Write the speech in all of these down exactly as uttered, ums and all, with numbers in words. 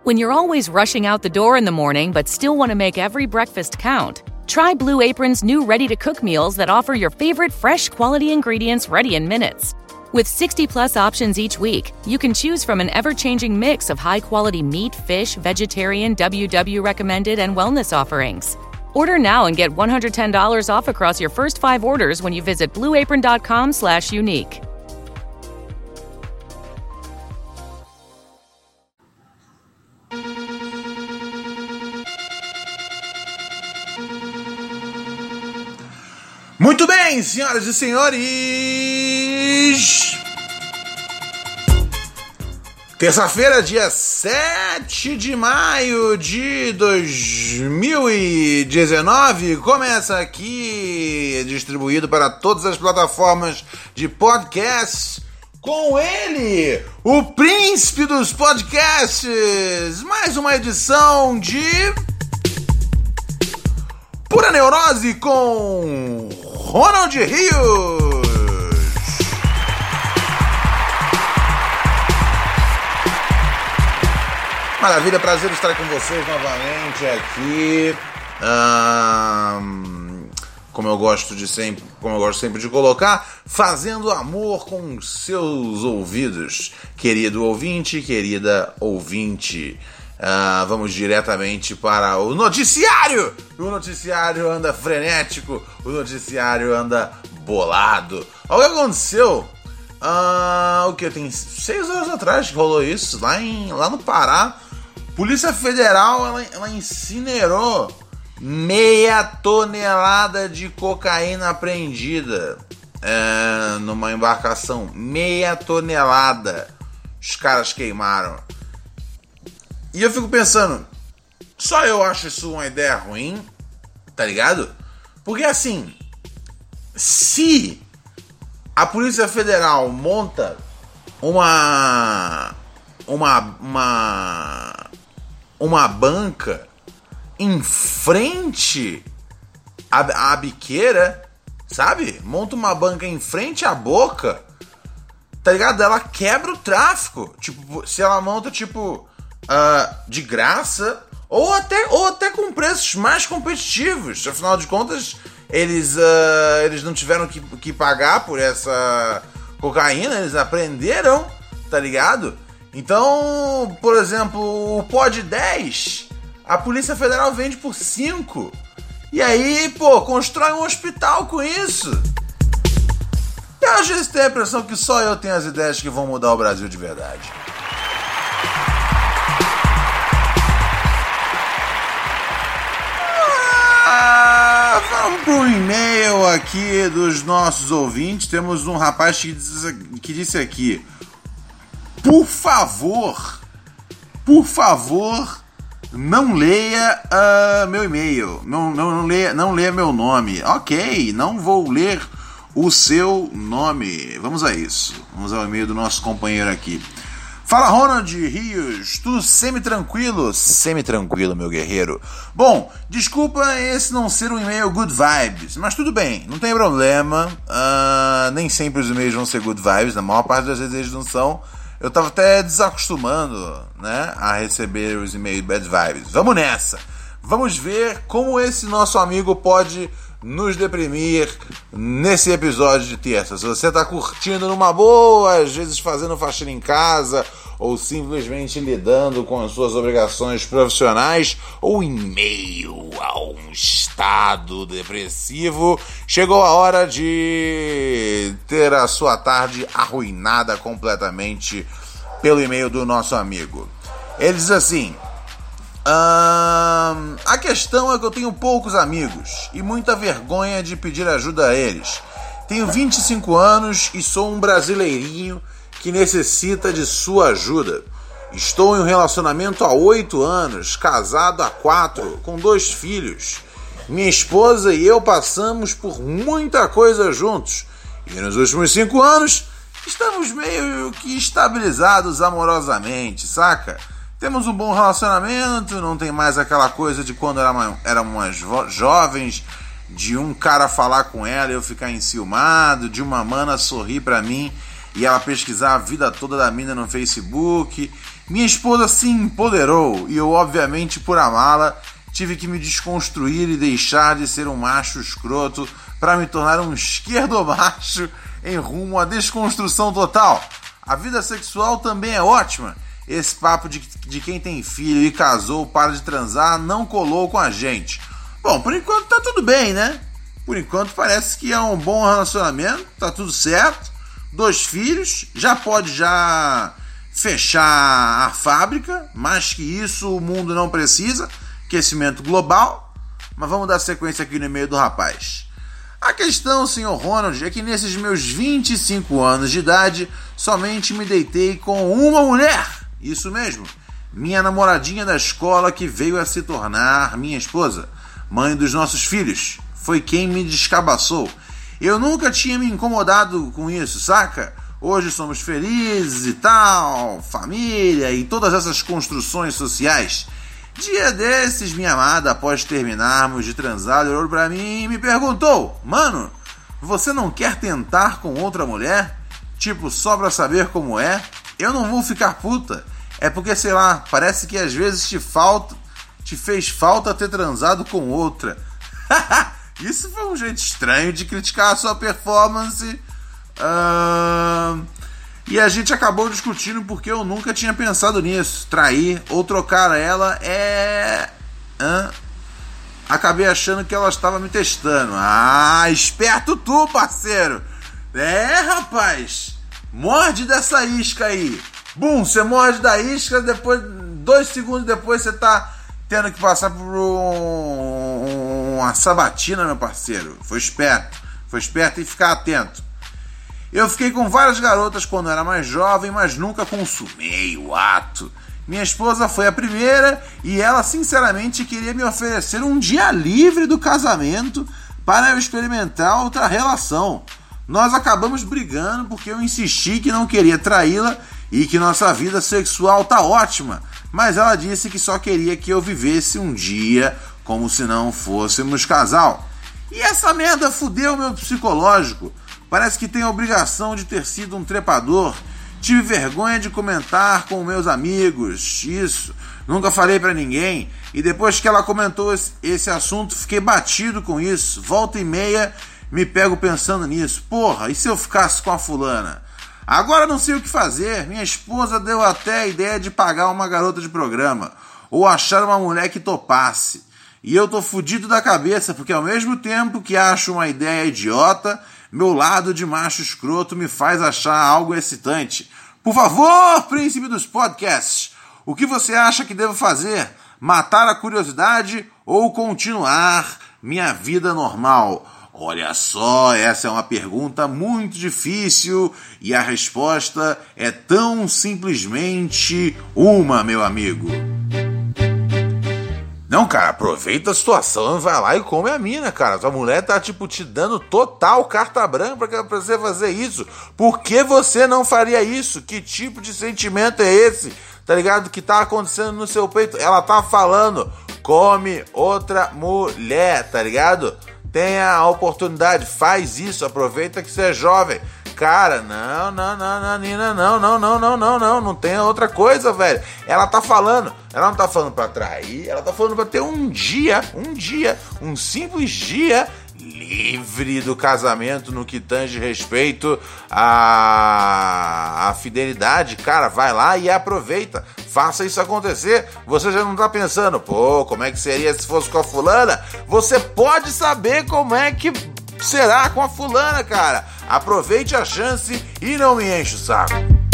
When you're always rushing out the door in the morning but still want to make every breakfast count, try Blue Apron's new ready-to-cook meals that offer your favorite fresh quality ingredients ready in minutes. With sixty plus options each week, you can choose from an ever-changing mix of high-quality meat, fish, vegetarian, W W recommended, and wellness offerings. Order now and get one hundred ten dollars off across your first five orders when you visit blueapron.com slash unique. Muito bem, senhoras e senhores. Terça-feira, dia sete de maio de dois mil e dezenove, começa aqui, distribuído para todas as plataformas de podcasts, com ele, o príncipe dos podcasts, mais uma edição de Pura Neurose com Ronald Rios. Maravilha, prazer estar com vocês novamente aqui. Um, como eu gosto de sempre, como eu gosto sempre de colocar, fazendo amor com seus ouvidos, querido ouvinte, querida ouvinte. Uh, vamos diretamente para o noticiário. O noticiário anda frenético, o noticiário anda bolado. Olha o que aconteceu. Uh, o que tem seis anos atrás que rolou isso lá, em, lá no Pará. Polícia Federal, ela, ela incinerou meia tonelada de cocaína apreendida é, numa embarcação. Meia tonelada. Os caras queimaram. E eu fico pensando, só eu acho isso uma ideia ruim, tá ligado? Porque assim, se a Polícia Federal monta uma uma uma uma banca em frente à, à biqueira, sabe? Monta uma banca em frente à boca, tá ligado? Ela quebra o tráfico. Tipo, se ela monta, tipo, uh, de graça, ou até, ou até com preços mais competitivos. Afinal de contas, eles, uh, eles não tiveram que, que pagar por essa cocaína, eles apreenderam, tá ligado? Então, por exemplo, o pó de dez, a Polícia Federal vende por cinco. E aí, pô, constrói um hospital com isso. Eu às vezes tenho a impressão que só eu tenho as ideias que vão mudar o Brasil de verdade. Ah, vamos para um e-mail aqui dos nossos ouvintes. Temos um rapaz que, diz, que disse aqui: Por favor, por favor, não leia uh, meu e-mail, não, não, não, leia, não leia meu nome. Ok, não vou ler o seu nome. Vamos a isso, vamos ao e-mail do nosso companheiro aqui. Fala, Ronald Rios, tudo semi-tranquilo? Semi-tranquilo, meu guerreiro. Bom, desculpa esse não ser um e-mail good vibes, mas tudo bem, não tem problema. Uh, nem sempre os e-mails vão ser good vibes, na maior parte das vezes eles não são. Eu tava até desacostumando, né, a receber os e-mails bad vibes. Vamos nessa! Vamos ver como esse nosso amigo pode nos deprimir nesse episódio de terça. Se você tá curtindo numa boa, às vezes fazendo faxina em casa, ou simplesmente lidando com as suas obrigações profissionais, ou em meio a um estado depressivo, chegou a hora de ter a sua tarde arruinada completamente pelo e-mail do nosso amigo. Ele diz assim: hum, a questão é que eu tenho poucos amigos e muita vergonha de pedir ajuda a eles. Tenho vinte e cinco anos e sou um brasileirinho que necessita de sua ajuda. Estou em um relacionamento há oito anos, casado há quatro, com dois filhos. Minha esposa e eu passamos por muita coisa juntos. E nos últimos cinco anos, estamos meio que estabilizados amorosamente, saca? Temos um bom relacionamento, não tem mais aquela coisa de quando éramos jovens, de um cara falar com ela e eu ficar enciumado, de uma mana sorrir pra mim e ela pesquisar a vida toda da mina no Facebook, Minha esposa se empoderou e eu, obviamente, por amá-la, tive que me desconstruir e deixar de ser um macho escroto para me tornar um esquerdomacho em rumo à desconstrução total. A vida sexual também é ótima. Esse papo de, de quem tem filho e casou para de transar não colou com a gente. Bom, por enquanto tá tudo bem, né? Por enquanto parece que é um bom relacionamento, tá tudo certo. Dois filhos, já pode já fechar a fábrica, mais que isso o mundo não precisa. Aquecimento global. Mas vamos dar sequência aqui no e-mail do rapaz. A questão, senhor Ronald, é que nesses meus vinte e cinco anos de idade, somente me deitei com uma mulher. Isso mesmo, minha namoradinha da escola que veio a se tornar minha esposa, mãe dos nossos filhos. Foi quem me descabaçou. Eu nunca tinha me incomodado com isso, saca? Hoje somos felizes e tal, família e todas essas construções sociais. Dia desses, minha amada, após terminarmos de transar, olhou pra mim e me perguntou: Mano, você não quer tentar com outra mulher? Tipo, só pra saber como é? Eu não vou ficar puta. É porque, sei lá, parece que às vezes te falta, te fez falta ter transado com outra. Isso foi um jeito estranho de criticar a sua performance. Uh... E a gente acabou discutindo porque eu nunca tinha pensado nisso. Trair ou trocar ela é... Hã? Acabei achando que ela estava me testando. Ah, esperto tu, parceiro. É, rapaz. Morde dessa isca aí. Bum, você morde da isca, depois, dois segundos depois você tá tendo que passar por um, uma sabatina, meu parceiro. Foi esperto. Foi esperto e ficar atento. Eu fiquei com várias garotas quando era mais jovem, mas nunca consumei o ato. Minha esposa foi a primeira e ela sinceramente queria me oferecer um dia livre do casamento para eu experimentar outra relação. Nós acabamos brigando porque eu insisti que não queria traí-la e que nossa vida sexual tá ótima, mas ela disse que só queria que eu vivesse um dia como se não fôssemos casal. E essa merda fudeu meu psicológico. Parece que tem a obrigação de ter sido um trepador. Tive vergonha de comentar com meus amigos. Isso, nunca falei pra ninguém. E depois que ela comentou esse assunto, fiquei batido com isso. Volta e meia, me pego pensando nisso. Porra, e se eu ficasse com a fulana? Agora não sei o que fazer. Minha esposa deu até a ideia de pagar uma garota de programa. Ou achar uma mulher que topasse. E eu tô fudido da cabeça, porque ao mesmo tempo que acho uma ideia idiota, meu lado de macho escroto me faz achar algo excitante. Por favor, príncipe dos podcasts, o que você acha que devo fazer? Matar a curiosidade ou continuar minha vida normal? Olha só, essa é uma pergunta muito difícil e a resposta é tão simplesmente uma, meu amigo. Não, cara, aproveita a situação e vai lá e come a mina, cara. Tua mulher tá, tipo, te dando total carta branca pra, pra você fazer isso. Por que você não faria isso? Que tipo de sentimento é esse? Tá ligado? Que tá acontecendo no seu peito? Ela tá falando, come outra mulher, tá ligado? Tenha a oportunidade, faz isso, aproveita que você é jovem. Cara, não, não, não, não, Nina, não, não, não, não, não, não, não tem outra coisa, velho. Ela tá falando, ela não tá falando pra trair, ela tá falando pra ter um dia, um dia, um simples dia livre do casamento no que tange respeito à, à fidelidade. Cara, vai lá e aproveita, faça isso acontecer. Você já não tá pensando, pô, como é que seria se fosse com a fulana? Você pode saber como é que será com a fulana, cara. Aproveite a chance e não me enche o saco.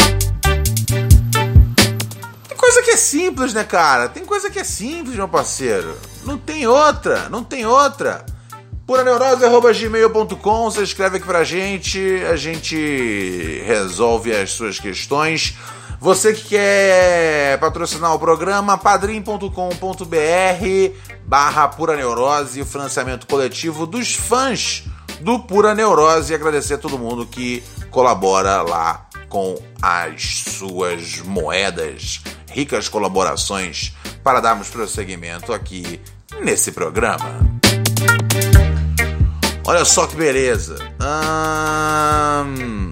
Tem coisa que é simples, né, cara? Tem coisa que é simples, meu parceiro. Não tem outra, não tem outra. pura neurose arroba gmail ponto com, você escreve aqui pra gente, a gente resolve as suas questões. Você que quer patrocinar o programa, padrim ponto com ponto br barra Pura Neurose, o financiamento coletivo dos fãs do Pura Neurose, e agradecer a todo mundo que colabora lá com as suas moedas, ricas colaborações para darmos prosseguimento aqui nesse programa. Olha só que beleza. Hum,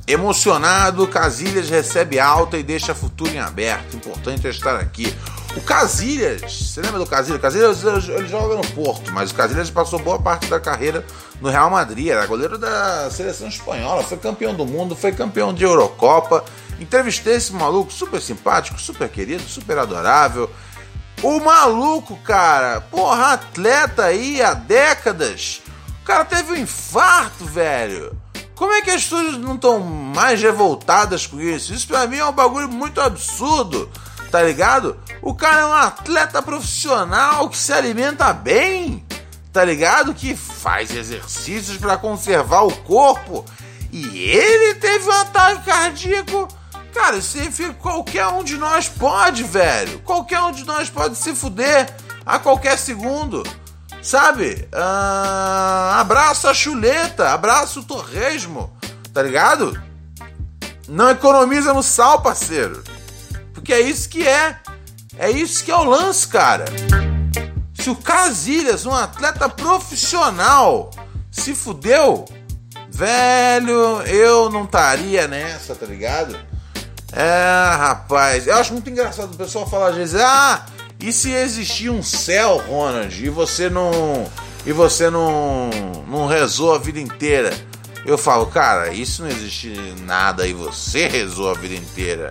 Emocionado, Casillas recebe alta e deixa futuro em aberto. Importante é estar aqui. O Casillas, você lembra do Casillas? O Casillas ele joga no Porto, mas o Casillas passou boa parte da carreira no Real Madrid. Era goleiro da seleção espanhola, foi campeão do mundo, foi campeão de Eurocopa. Entrevistei esse maluco, super simpático, super querido, super adorável. O maluco, cara, porra, atleta aí há décadas. O cara teve um infarto, velho. Como é que as pessoas não estão mais revoltadas com isso? Isso pra mim é um bagulho muito absurdo, tá ligado? O cara é um atleta profissional que se alimenta bem, tá ligado? Que faz exercícios pra conservar o corpo. E ele teve um ataque cardíaco. Cara, isso significa que qualquer um de nós pode, velho. Qualquer um de nós pode se fuder a qualquer segundo. Sabe? Ah, abraço a chuleta, abraço o torresmo, tá ligado? Não economiza no sal, parceiro. Porque é isso que é. É isso que é o lance, cara. Se o Casillas, um atleta profissional, se fudeu, velho, eu não estaria nessa, tá ligado? É, rapaz, eu acho muito engraçado o pessoal falar às vezes, ah, e se existir um céu, Ronald, e você não e você não, não rezou a vida inteira? Eu falo, cara, isso não existe nada e você rezou a vida inteira.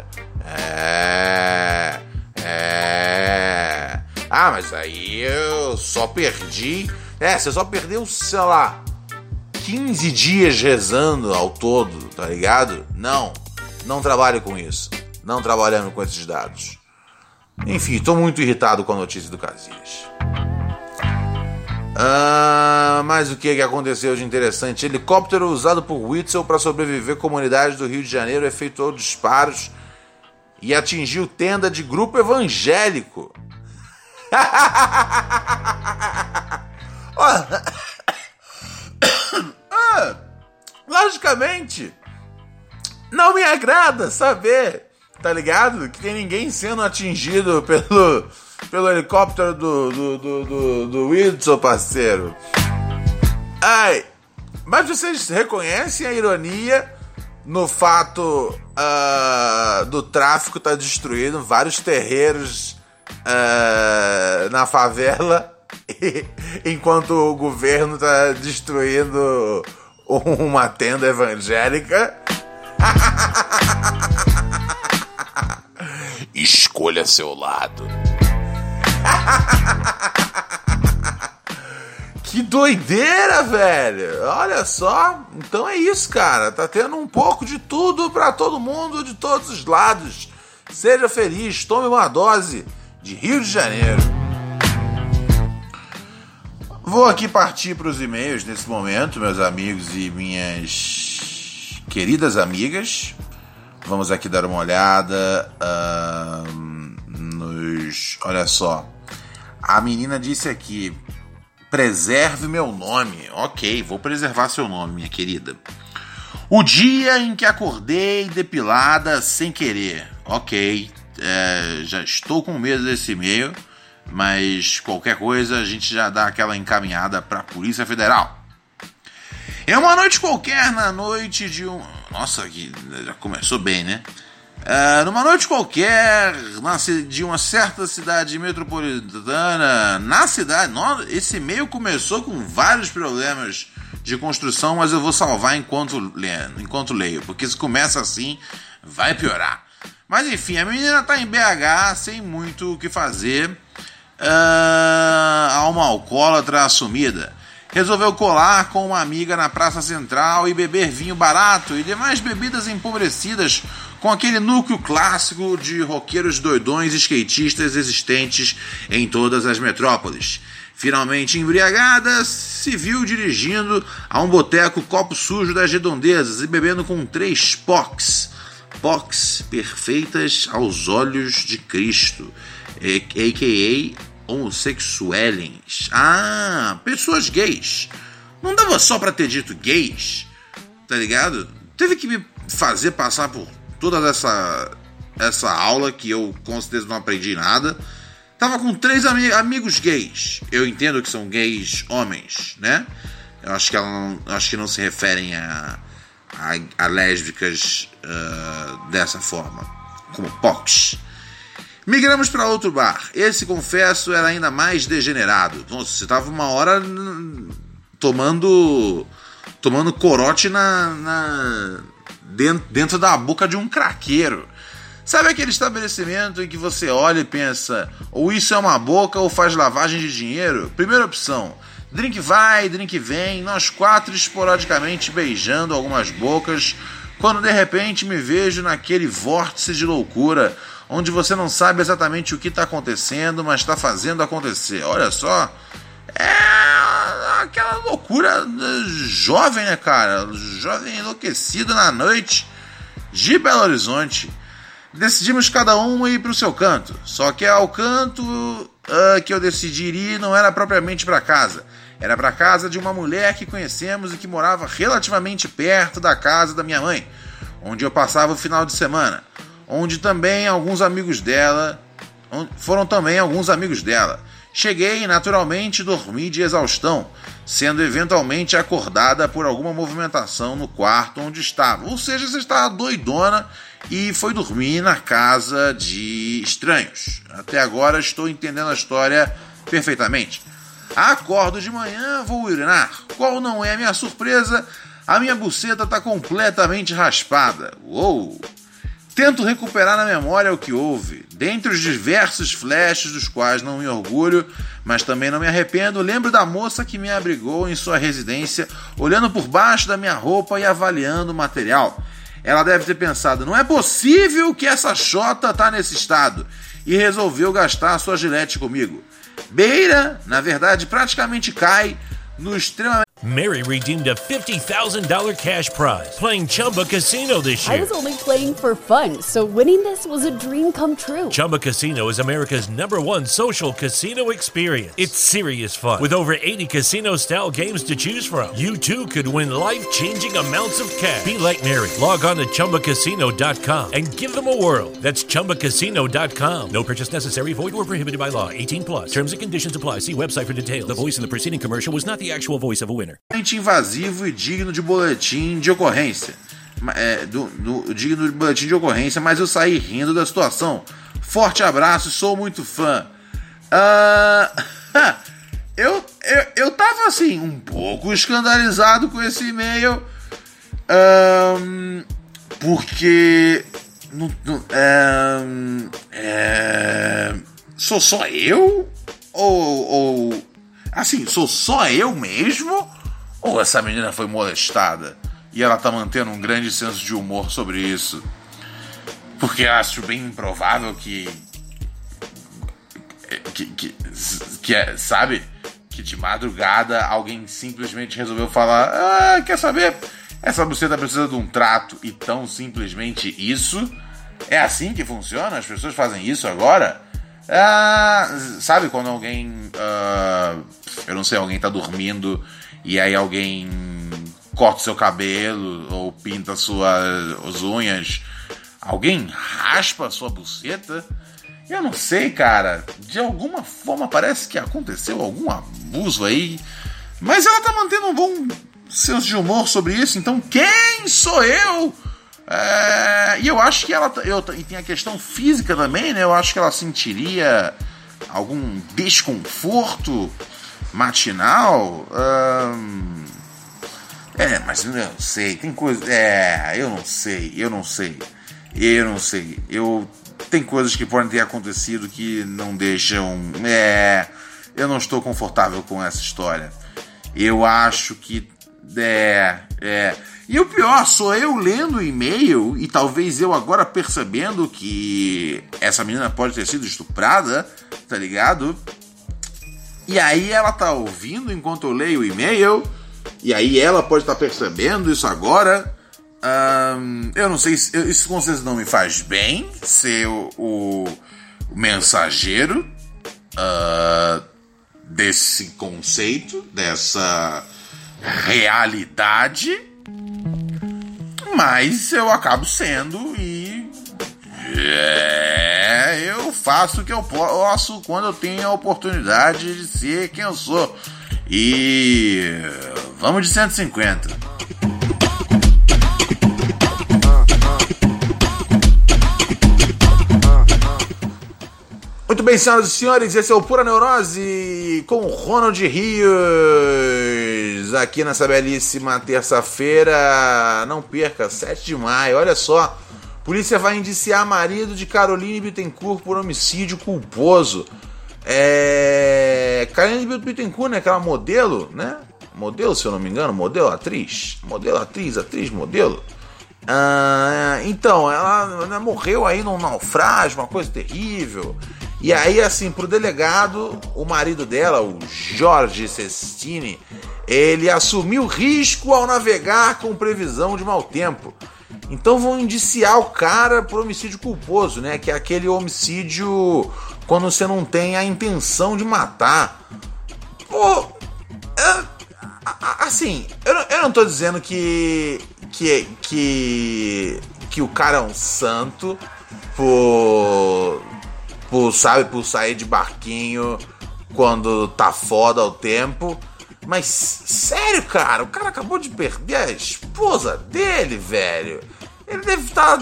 É, é. Ah, mas aí eu só perdi. É, você só perdeu, sei lá, quinze dias rezando ao todo, tá ligado? Não, não trabalho com isso. Não trabalhando com esses dados. Enfim, tô muito irritado com a notícia do Casillas. Ah, mas o que, que aconteceu de interessante? Helicóptero usado por Witzel para sobreviver à comunidade do Rio de Janeiro efetuou disparos e atingiu tenda de grupo evangélico. ah, logicamente, não me agrada saber, tá ligado? Que tem ninguém sendo atingido pelo, pelo helicóptero do, do, do, do, do Witzel, parceiro. Ai, mas vocês reconhecem a ironia no fato uh, do tráfico estar tá destruindo vários terreiros uh, na favela, enquanto o governo tá destruindo uma tenda evangélica? Escolha seu lado. Que doideira, velho. Olha só. Então é isso, cara. Tá tendo um pouco de tudo pra todo mundo, de todos os lados. Seja feliz, tome uma dose de Rio de Janeiro. Vou aqui partir para os e-mails nesse momento, meus amigos e minhas queridas amigas. Vamos aqui dar uma olhada uh, nos... Olha só. A menina disse aqui: preserve meu nome. Ok, vou preservar seu nome, minha querida. O dia em que acordei depilada sem querer. Ok, é, já estou com medo desse e-mail, mas qualquer coisa a gente já dá aquela encaminhada para a Polícia Federal. É uma noite qualquer, na noite de um... Nossa, aqui já começou bem, né? Uh, numa noite qualquer, na, de uma certa cidade metropolitana, na cidade... Não, esse e-mail começou com vários problemas de construção, mas eu vou salvar enquanto, enquanto leio, porque se começa assim, vai piorar. Mas enfim, a menina tá em B H, sem muito o que fazer, uh, a uma alcoólatra assumida. Resolveu colar com uma amiga na Praça Central e beber vinho barato e demais bebidas empobrecidas com aquele núcleo clássico de roqueiros doidões e skatistas existentes em todas as metrópoles. Finalmente embriagada, se viu dirigindo a um boteco Copo Sujo das Redondezas e bebendo com três Pocs. Pocs perfeitas aos olhos de Cristo, a k a homossexuelens. Ah, pessoas gays. Não dava só pra ter dito gays, tá ligado? Teve que me fazer passar por toda essa, essa aula que eu com certeza não aprendi nada. Tava com três ami- amigos gays. Eu entendo que são gays homens, né? Eu acho que, ela não, acho que não se referem a, a, a lésbicas uh, dessa forma, como P O Cs. Migramos para outro bar. Esse, confesso, era ainda mais degenerado. Nossa, você tava uma hora tomando tomando corote na, na dentro, dentro da boca de um craqueiro. Sabe aquele estabelecimento em que você olha e pensa, ou isso é uma boca ou faz lavagem de dinheiro? Primeira opção, drink vai, drink vem, nós quatro esporadicamente beijando algumas bocas, quando de repente me vejo naquele vórtice de loucura, onde você não sabe exatamente o que está acontecendo, mas está fazendo acontecer. Olha só, é aquela loucura jovem, né, cara? Jovem enlouquecido na noite de Belo Horizonte. Decidimos cada um ir para o seu canto, só que ao canto uh, que eu decidi ir não era propriamente para casa, era para casa de uma mulher que conhecemos e que morava relativamente perto da casa da minha mãe, onde eu passava o final de semana, onde também alguns amigos dela, foram também alguns amigos dela. Cheguei e naturalmente dormi de exaustão, sendo eventualmente acordada por alguma movimentação no quarto onde estava, ou seja, você estava doidona e foi dormir na casa de estranhos. Até agora estou entendendo a história perfeitamente. Acordo de manhã, vou urinar. Qual não é a minha surpresa? A minha buceta está completamente raspada. Uou! Tento recuperar na memória o que houve. Dentre os diversos flashes dos quais não me orgulho, mas também não me arrependo, lembro da moça que me abrigou em sua residência, olhando por baixo da minha roupa e avaliando o material. Ela deve ter pensado, não é possível que essa chota tá nesse estado, e resolveu gastar sua gilete comigo. Beira, na verdade, praticamente cai no extremamente... Mary redeemed a fifty thousand dollars cash prize playing Chumba Casino this year. I was only playing for fun, so winning this was a dream come true. Chumba Casino is America's number one social casino experience. It's serious fun. With over eighty casino-style games to choose from, you too could win life-changing amounts of cash. Be like Mary. Log on to Chumba Casino dot com and give them a whirl. That's Chumba Casino dot com. No purchase necessary. Void or prohibited by law. eighteen plus. Terms and conditions apply. See website for details. The voice in the preceding commercial was not the actual voice of a winner. invasivo e digno de boletim de ocorrência. É, do, do, digno de boletim de ocorrência, mas eu saí rindo da situação. Forte abraço, sou muito fã. Uh, eu, eu, eu tava assim, um pouco escandalizado com esse e-mail. Uh, porque. No, no, uh, é, sou só eu? Ou. ou assim, sou só eu mesmo? Ou essa menina foi molestada e ela tá mantendo um grande senso de humor sobre isso? Porque acho bem improvável que que, que, que é, sabe, que de madrugada alguém simplesmente resolveu falar, ah, quer saber, essa buceta precisa de um trato, e tão simplesmente isso? É assim que funciona? As pessoas fazem isso agora? Ah, sabe quando alguém uh, eu não sei, alguém tá dormindo e aí alguém corta o seu cabelo ou pinta suas unhas, alguém raspa a sua buceta? Eu não sei, cara, de alguma forma parece que aconteceu algum abuso aí, mas ela tá mantendo um bom senso de humor sobre isso, então quem sou eu? É, e eu acho que ela, eu, e tem a questão física também, né? Eu acho que ela sentiria algum desconforto matinal. Hum, é, mas eu não sei, tem coisa. É, eu não sei, eu não sei, eu não sei. Eu tem coisas que podem ter acontecido que não deixam. É, eu não estou confortável com essa história. Eu acho que é, é. E o pior, sou eu lendo o e-mail e talvez eu agora percebendo que essa menina pode ter sido estuprada, tá ligado? E aí ela tá ouvindo enquanto eu leio o e-mail, e aí ela pode estar tá percebendo isso agora. Hum, eu não sei, isso com certeza não me faz bem ser o, o, o mensageiro uh, desse conceito, dessa realidade. Mas eu acabo sendo e é, eu faço o que eu posso quando eu tenho a oportunidade de ser quem eu sou. E vamos de cento e cinquenta. bem, senhoras e senhores, esse é o Pura Neurose com o Ronald Rios, aqui nessa belíssima terça-feira. Não perca, sete de maio, olha só. Polícia vai indiciar marido de Caroline Bittencourt por homicídio culposo. É... Caroline Bittencourt, né, aquela modelo, né? Modelo, se eu não me engano, modelo, atriz. Modelo, atriz, atriz, modelo. Ah, então, ela, ela morreu aí num naufrágio, uma coisa terrível. E aí, assim, pro delegado, o marido dela, o Jorge Cestini, ele assumiu risco ao navegar com previsão de mau tempo. Então vão indiciar o cara por homicídio culposo, né? Que é aquele homicídio quando você não tem a intenção de matar. Pô, é, assim, eu não, eu não tô dizendo que, que, que, que o cara é um santo por... Por, sabe, por sair de barquinho quando tá foda o tempo. Mas, sério, cara, o cara acabou de perder a esposa dele, velho. Ele deve estar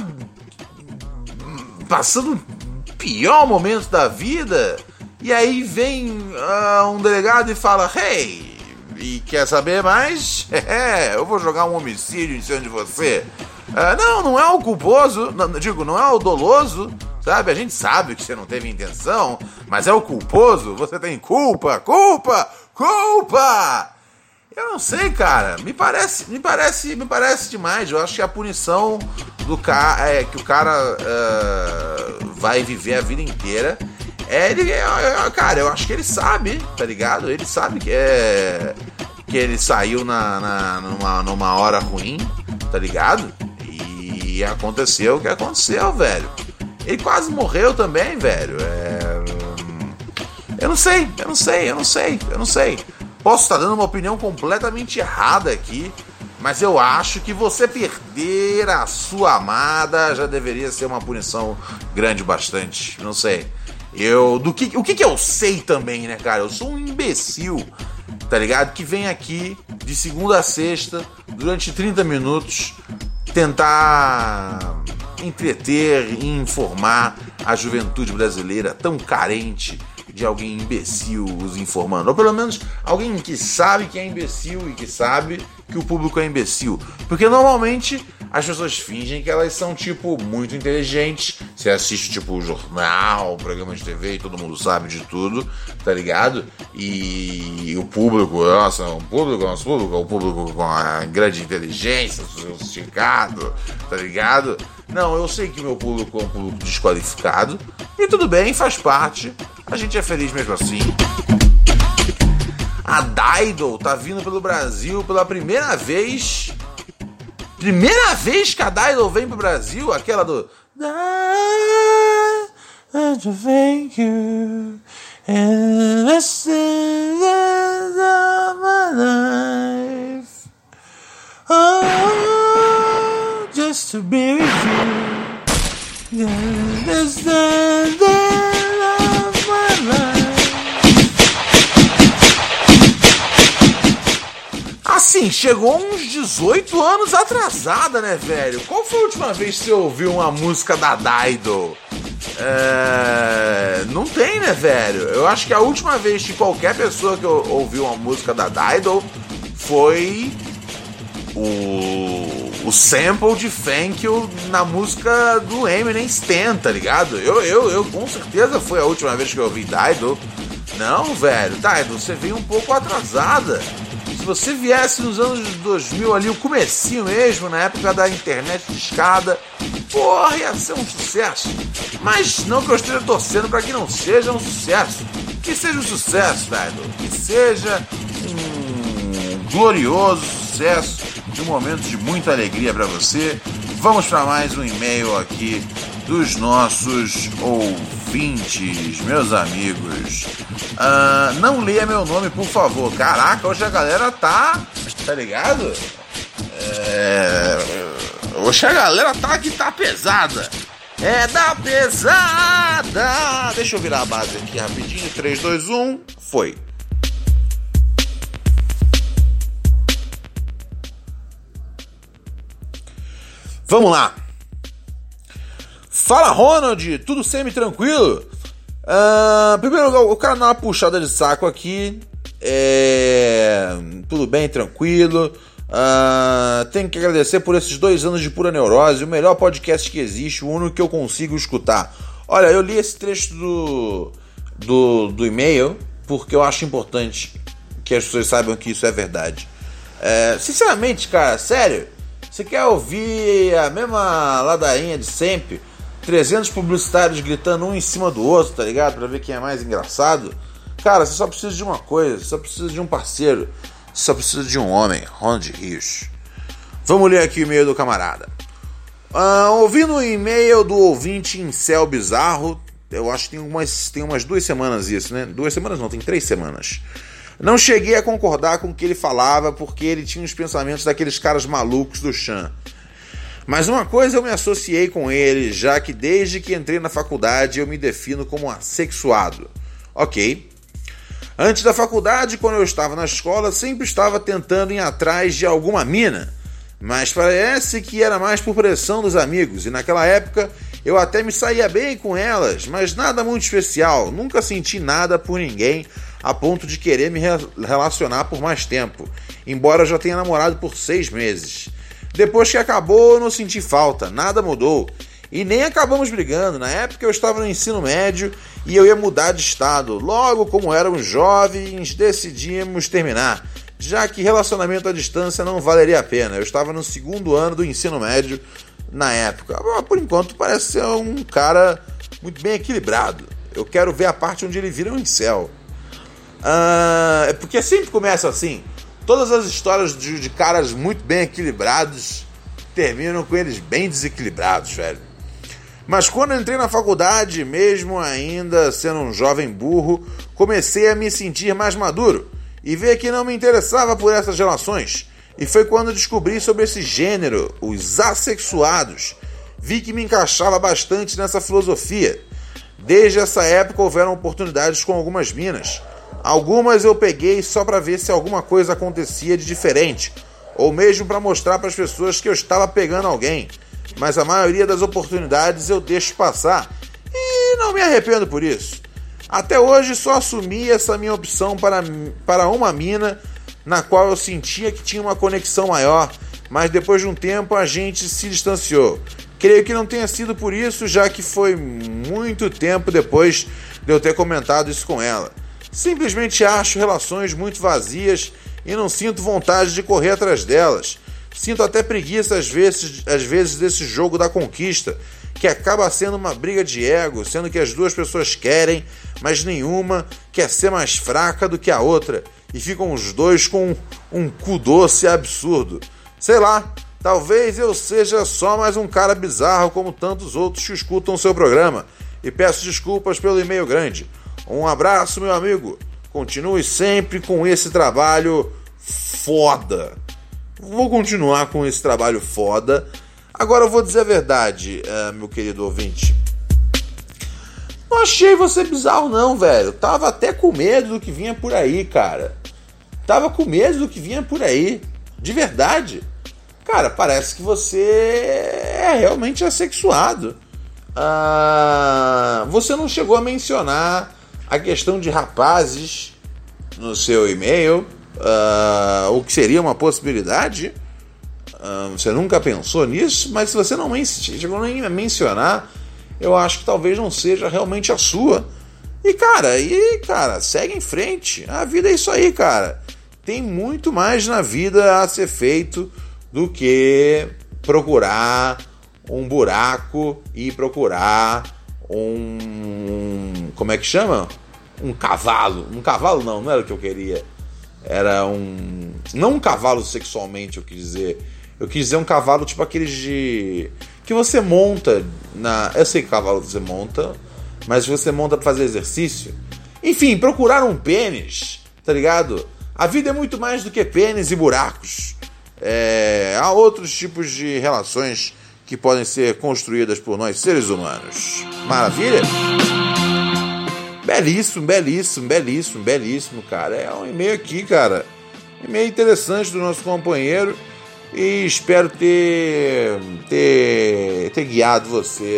passando o pior momento da vida. E aí vem uh, um delegado e fala: hey, e quer saber mais? É, eu vou jogar um homicídio em cima de você. Uh, não, não é o culposo, não, digo, não é o doloso. Sabe, a gente sabe que você não teve intenção, mas é o culposo, você tem culpa, culpa, culpa! Eu não sei, cara, me parece, me parece, me parece demais. Eu acho que a punição do cara, é, que o cara uh, vai viver a vida inteira, é, ele, é, cara, eu acho que ele sabe, tá ligado? Ele sabe que é que ele saiu na, na, numa, numa hora ruim, tá ligado? E aconteceu o que aconteceu, velho. Ele quase morreu também, velho. É... Eu não sei, eu não sei, eu não sei, eu não sei. Posso estar dando uma opinião completamente errada aqui, mas eu acho que você perder a sua amada já deveria ser uma punição grande bastante. Não sei. Eu, do que, o que, que eu sei também, né, cara? Eu sou um imbecil, tá ligado? Que vem aqui de segunda a sexta, durante trinta minutos, tentar entreter e informar a juventude brasileira tão carente de alguém imbecil os informando. Ou pelo menos alguém que sabe que é imbecil e que sabe que o público é imbecil. Porque normalmente as pessoas fingem que elas são, tipo, muito inteligentes. Você assiste, tipo, jornal, programa de T V e todo mundo sabe de tudo, tá ligado? E o público, nossa, o público, nosso público é o público com a grande inteligência, sofisticado, tá ligado? Não, eu sei que meu público é um público desqualificado. E tudo bem, faz parte. A gente é feliz mesmo assim. A Dido tá vindo pelo Brasil pela primeira vez. Primeira vez que a Dido vem pro Brasil. Aquela do Thank you and this is of my life. Oh, just to be with you. This is the of my life. Assim, chegou uns dezoito anos atrasada, né, velho? Qual foi a última vez que você ouviu uma música da Dido? É... Não tem, né, velho? Eu acho que a última vez que qualquer pessoa que ouviu uma música da Dido foi o, o sample de Thank You na música do Eminem Stan, tá ligado? Eu, eu, eu com certeza foi a última vez que eu ouvi Dido. Não, velho, Dido, você veio um pouco atrasada. Se você viesse nos anos dois mil ali, o comecinho mesmo, na época da internet de escada, porra, ia ser um sucesso. Mas não que eu esteja torcendo para que não seja um sucesso. Que seja um sucesso, Dido. Que seja um glorioso sucesso de um momento de muita alegria para você. Vamos para mais um e-mail aqui dos nossos ouvintes, meus amigos. Uh, não leia meu nome, por favor. Caraca, hoje a galera tá... Tá ligado? É... Hoje a galera tá que tá pesada. É da pesada. Deixa eu virar a base aqui rapidinho. três, dois, um, foi. Vamos lá. Fala, Ronald, tudo semi-tranquilo? Uh, primeiro lugar, o cara dá uma puxada de saco aqui. É... Tudo bem, tranquilo. Uh, tenho que agradecer por esses dois anos de pura neurose. O melhor podcast que existe, o único que eu consigo escutar. Olha, eu li esse trecho do, do, do e-mail porque eu acho importante que as pessoas saibam que isso é verdade. É, sinceramente, cara, sério, você quer ouvir a mesma ladainha de sempre? trezentos publicitários gritando um em cima do outro, tá ligado? Pra ver quem é mais engraçado. Cara, você só precisa de uma coisa, você só precisa de um parceiro, você só precisa de um homem, Ronald Rios. Vamos ler aqui o e-mail do camarada. Uh, ouvindo o e-mail do ouvinte Incel Bizarro, eu acho que tem umas, tem umas duas semanas isso, né? Duas semanas não, tem três semanas. Não cheguei a concordar com o que ele falava, porque ele tinha os pensamentos daqueles caras malucos do Chan. Mas uma coisa eu me associei com ele, já que desde que entrei na faculdade eu me defino como assexuado. Ok. Antes da faculdade, quando eu estava na escola, sempre estava tentando ir atrás de alguma mina. Mas parece que era mais por pressão dos amigos, e naquela época eu até me saía bem com elas, mas nada muito especial, nunca senti nada por ninguém a ponto de querer me relacionar por mais tempo, embora eu já tenha namorado por seis meses. Depois que acabou, eu não senti falta, nada mudou. E nem acabamos brigando. Na época eu estava no ensino médio e eu ia mudar de estado. Logo, como éramos jovens, decidimos terminar, já que relacionamento à distância não valeria a pena. Eu estava no segundo ano do ensino médio na época. Por enquanto parece ser um cara muito bem equilibrado. Eu quero ver a parte onde ele vira um incel. Ah, é porque sempre começa assim. Todas as histórias de, de caras muito bem equilibrados terminam com eles bem desequilibrados, velho. Mas quando entrei na faculdade, mesmo ainda sendo um jovem burro, comecei a me sentir mais maduro e ver que não me interessava por essas relações. E foi quando descobri sobre esse gênero, os assexuados. Vi que me encaixava bastante nessa filosofia. Desde essa época houveram oportunidades com algumas minas. Algumas eu peguei só para ver se alguma coisa acontecia de diferente, ou mesmo para mostrar para as pessoas que eu estava pegando alguém. Mas a maioria das oportunidades eu deixo passar e não me arrependo por isso. Até hoje só assumi essa minha opção para, para uma mina na qual eu sentia que tinha uma conexão maior, mas depois de um tempo a gente se distanciou. Creio que não tenha sido por isso, já que foi muito tempo depois de eu ter comentado isso com ela. Simplesmente acho relações muito vazias e não sinto vontade de correr atrás delas. Sinto até preguiça às vezes, às vezes desse jogo da conquista, que acaba sendo uma briga de ego, sendo que as duas pessoas querem, mas nenhuma quer ser mais fraca do que a outra, e ficam os dois com um cu doce absurdo. Sei lá, talvez eu seja só mais um cara bizarro como tantos outros que escutam o seu programa, e peço desculpas pelo e-mail grande. Um abraço, meu amigo. Continue sempre com esse trabalho foda. Vou continuar com esse trabalho foda. Agora eu vou dizer a verdade, uh, meu querido ouvinte. Não achei você bizarro não, velho. Tava até com medo do que vinha por aí, cara. Tava com medo do que vinha por aí. De verdade. Cara, parece que você é realmente assexuado. Uh, você não chegou a mencionar a questão de rapazes no seu e-mail, uh, o que seria uma possibilidade. Uh, você nunca pensou nisso, mas se você não men- chegou nem a mencionar, eu acho que talvez não seja realmente a sua. E cara, e cara, segue em frente. A vida é isso aí, cara. Tem muito mais na vida a ser feito do que procurar um buraco e procurar um... como é que chama? Um cavalo. Um cavalo não, não era o que eu queria. Era um... não um cavalo sexualmente, eu quis dizer. Eu quis dizer um cavalo tipo aqueles de... que você monta na... eu sei que cavalo você monta, mas você monta pra fazer exercício. Enfim, procurar um pênis, tá ligado? A vida é muito mais do que pênis e buracos. É... há outros tipos de relações que podem ser construídas por nós seres humanos. Maravilha? Belíssimo, belíssimo, belíssimo, belíssimo, cara. É um e-mail aqui, cara. Um e-mail interessante do nosso companheiro. E espero ter, ter, ter guiado você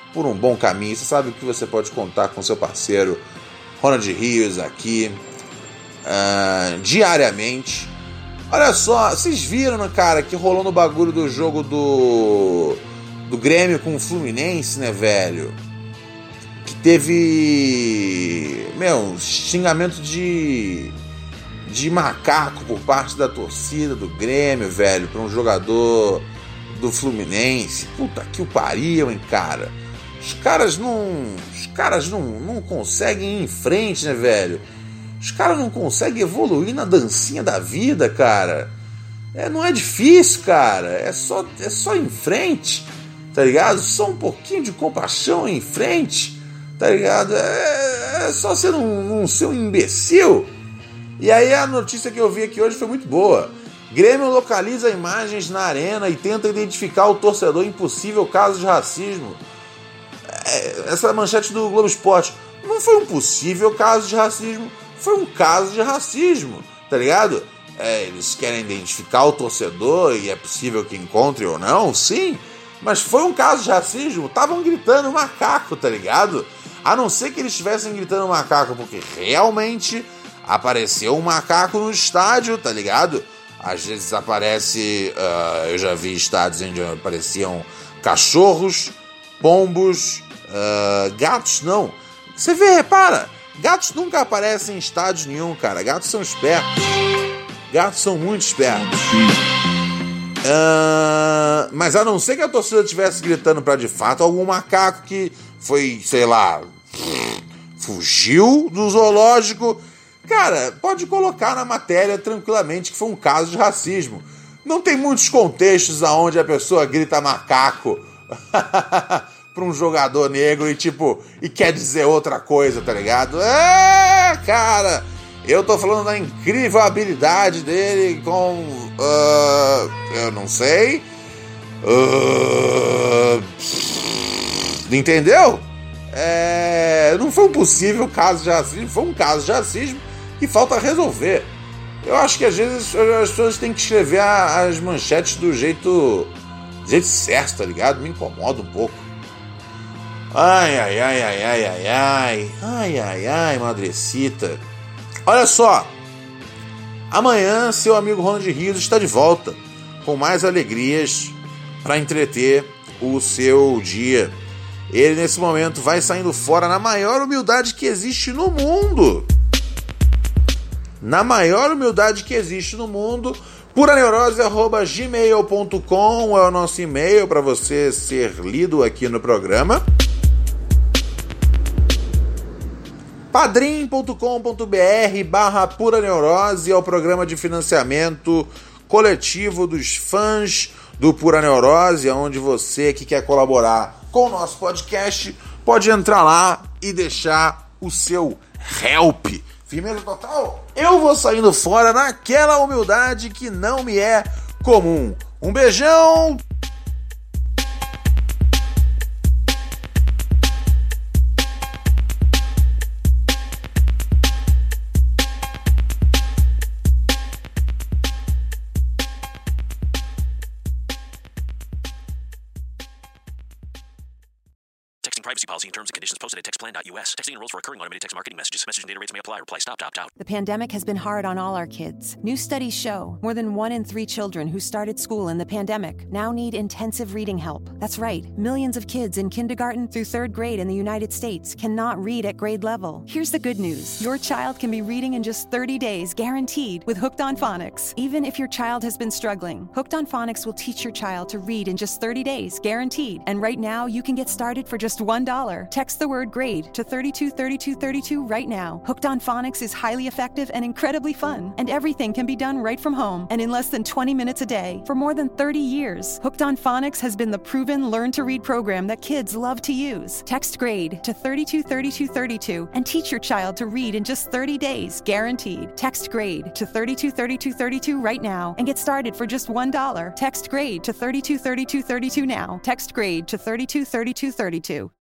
por um bom caminho. Você sabe que você pode contar com seu parceiro Ronald Rios aqui uh, diariamente. Olha só, vocês viram, né, cara, que rolou no bagulho do jogo do, do Grêmio com o Fluminense, né, velho? Que teve, meu, xingamento de, de macaco por parte da torcida do Grêmio, velho, pra um jogador do Fluminense. Puta que o pariu, hein, cara? Os caras não. Os caras não, não conseguem ir em frente, né, velho? Os caras não conseguem evoluir na dancinha da vida, cara. É, não é difícil, cara. É só, é só ir em frente, tá ligado? Só um pouquinho de compaixão em frente, tá ligado? É, é só ser um, um ser um imbecil. E aí a notícia que eu vi aqui hoje foi muito boa. Grêmio localiza imagens na arena e tenta identificar o torcedor em possível caso de racismo. Essa manchete do Globo Esporte. Não foi um possível caso de racismo, foi um caso de racismo, tá ligado? É, eles querem identificar o torcedor e é possível que encontre ou não, sim, mas foi um caso de racismo. Estavam gritando macaco, tá ligado? A não ser que eles estivessem gritando macaco porque realmente apareceu um macaco no estádio, tá ligado? Às vezes aparece, uh, eu já vi estádios onde apareciam cachorros, pombos, uh, gatos não. Você vê, repara, gatos nunca aparecem em estádio nenhum, cara. Gatos são espertos. Gatos são muito espertos. Uh, mas a não ser que a torcida estivesse gritando pra de fato algum macaco que foi, sei lá, fugiu do zoológico, cara, pode colocar na matéria tranquilamente que foi um caso de racismo. Não tem muitos contextos aonde a pessoa grita macaco pra um jogador negro e tipo, e quer dizer outra coisa, tá ligado? É, cara, eu tô falando da incrível habilidade dele com, uh, eu não sei, uh, entendeu? É, não foi um possível caso de racismo, foi um caso de racismo que falta resolver. Eu acho que às vezes as pessoas têm que escrever as manchetes do jeito, do jeito certo, tá ligado? Me incomoda um pouco. Ai, ai, ai, ai, ai, ai, ai, ai, ai, ai, madrecita. Olha só, amanhã seu amigo Ronald Rios está de volta com mais alegrias para entreter o seu dia. Ele nesse momento vai saindo fora na maior humildade que existe no mundo. Na maior humildade que existe no mundo. puraneurose arroba gmail ponto com é o nosso e-mail para você ser lido aqui no programa. padrim ponto com ponto br barra Pura Neurose é o programa de financiamento coletivo dos fãs do Pura Neurose, onde você que quer colaborar com o nosso podcast pode entrar lá e deixar o seu help. Firmeza total? Eu vou saindo fora naquela humildade que não me é comum. Um beijão! Privacy policy and terms and conditions posted at textplan dot u s. Texting enrolls for recurring automated text marketing messages. Message and data rates may apply. Reply stop to opt out. The pandemic has been hard on all our kids. New studies show more than one in three children who started school in the pandemic now need intensive reading help. That's right. Millions of kids in kindergarten through third grade in the United States cannot read at grade level. Here's the good news. Your child can be reading in just thirty days, guaranteed, with Hooked on Phonics. Even if your child has been struggling, Hooked on Phonics will teach your child to read in just thirty days, guaranteed. And right now, you can get started for just one dollar. Text the word GRADE to three two three two three two right now. Hooked on Phonics is highly effective and incredibly fun, and everything can be done right from home and in less than twenty minutes a day. For more than thirty years, Hooked on Phonics has been the proven learn-to-read program that kids love to use. Text GRADE to three two three two three two and teach your child to read in just thirty days, guaranteed. Text GRADE to three two three two three two right now and get started for just one dollar. Text GRADE to three two three two three two now. Text GRADE to three two three two three two.